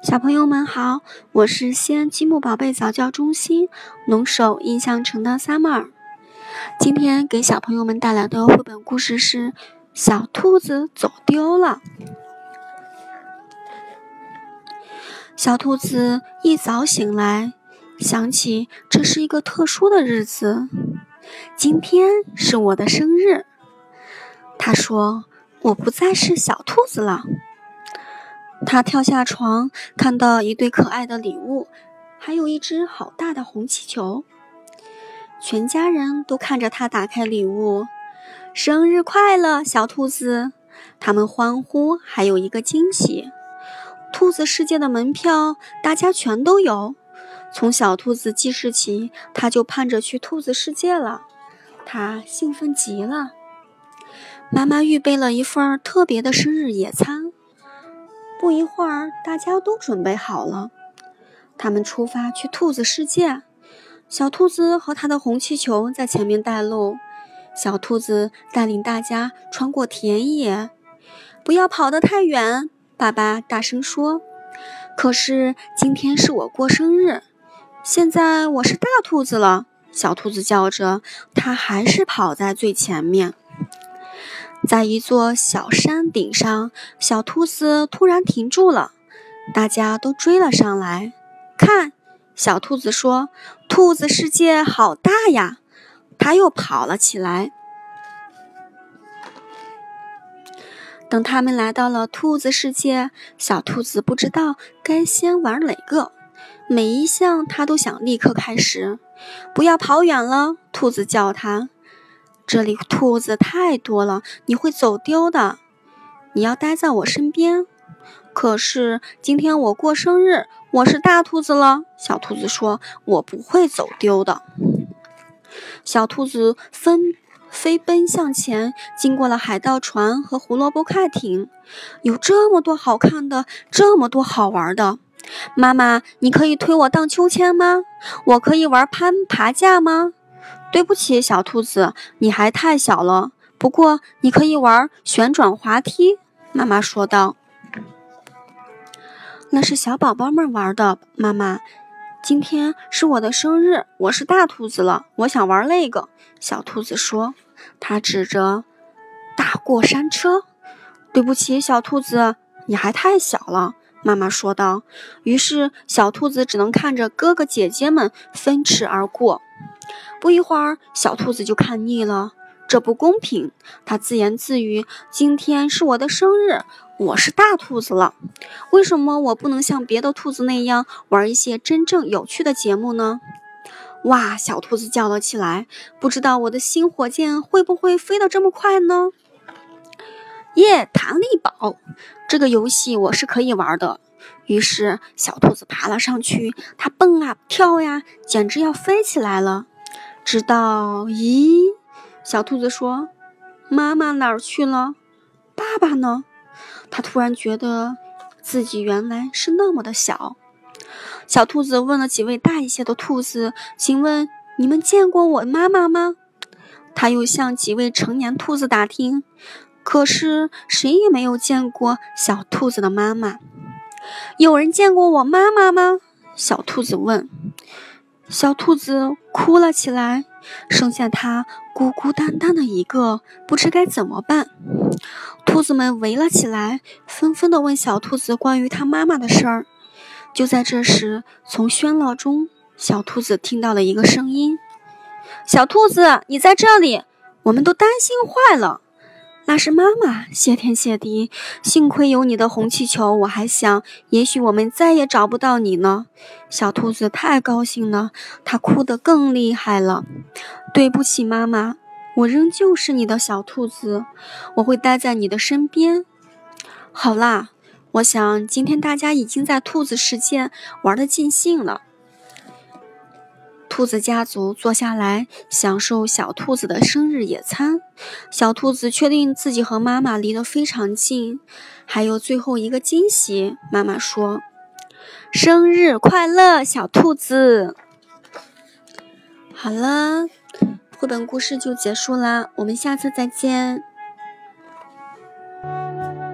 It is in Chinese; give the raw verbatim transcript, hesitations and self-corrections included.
小朋友们好，我是西安积木宝贝早教中心龙首印象城的 Summer。今天给小朋友们带来的绘本故事是小兔子走丢了。小兔子一早醒来，想起这是一个特殊的日子，今天是我的生日。他说，我不再是小兔子了。他跳下床，看到一对可爱的礼物，还有一只好大的红气球。全家人都看着他打开礼物，生日快乐，小兔子！他们欢呼，还有一个惊喜。兔子世界的门票，大家全都有。从小兔子记事起，他就盼着去兔子世界了。他兴奋极了。妈妈预备了一份特别的生日野餐。不一会儿，大家都准备好了。他们出发去兔子世界。小兔子和他的红气球在前面带路。小兔子带领大家穿过田野。不要跑得太远，爸爸大声说。可是今天是我过生日，现在我是大兔子了，小兔子叫着，它还是跑在最前面。在一座小山顶上，小兔子突然停住了，大家都追了上来。看，小兔子说，兔子世界好大呀！它又跑了起来。等他们来到了兔子世界，小兔子不知道该先玩哪个，每一项它都想立刻开始。不要跑远了，兔子叫它。这里兔子太多了，你会走丢的。你要待在我身边。可是今天我过生日，我是大兔子了。小兔子说，我不会走丢的。小兔子分飞奔向前，经过了海盗船和胡萝卜快艇。有这么多好看的，这么多好玩的。妈妈，你可以推我荡秋千吗？我可以玩攀爬架吗？对不起，小兔子，你还太小了。不过你可以玩旋转滑梯，妈妈说道。那是小宝宝们玩的，妈妈。今天是我的生日，我是大兔子了，我想玩那个。小兔子说，它指着大过山车。对不起，小兔子，你还太小了，妈妈说道。于是小兔子只能看着哥哥姐姐们飞驰而过。不一会儿，小兔子就看腻了，这不公平，它自言自语，今天是我的生日，我是大兔子了，为什么我不能像别的兔子那样玩一些真正有趣的节目呢？哇，小兔子叫了起来，不知道我的新火箭会不会飞得这么快呢？耶，弹力宝，这个游戏我是可以玩的。于是小兔子爬了上去，它蹦啊跳呀，简直要飞起来了。直到，咦，小兔子说，妈妈哪儿去了？爸爸呢？他突然觉得自己原来是那么的小。小兔子问了几位大一些的兔子，请问你们见过我妈妈吗？他又向几位成年兔子打听，可是谁也没有见过小兔子的妈妈。有人见过我妈妈吗？小兔子问。小兔子哭了起来，剩下它孤孤单单的一个，不知该怎么办。兔子们围了起来，纷纷地问小兔子关于它妈妈的事儿。就在这时，从喧闹中，小兔子听到了一个声音：小兔子，你在这里，我们都担心坏了。那是妈妈，谢天谢地，幸亏有你的红气球，我还想也许我们再也找不到你呢。小兔子太高兴了，它哭得更厉害了。对不起妈妈，我仍旧是你的小兔子，我会待在你的身边。好啦，我想今天大家已经在兔子世界玩得尽兴了。兔子家族坐下来享受小兔子的生日野餐。小兔子确定自己和妈妈离得非常近，还有最后一个惊喜。妈妈说，生日快乐，小兔子。好了，绘本故事就结束啦，我们下次再见。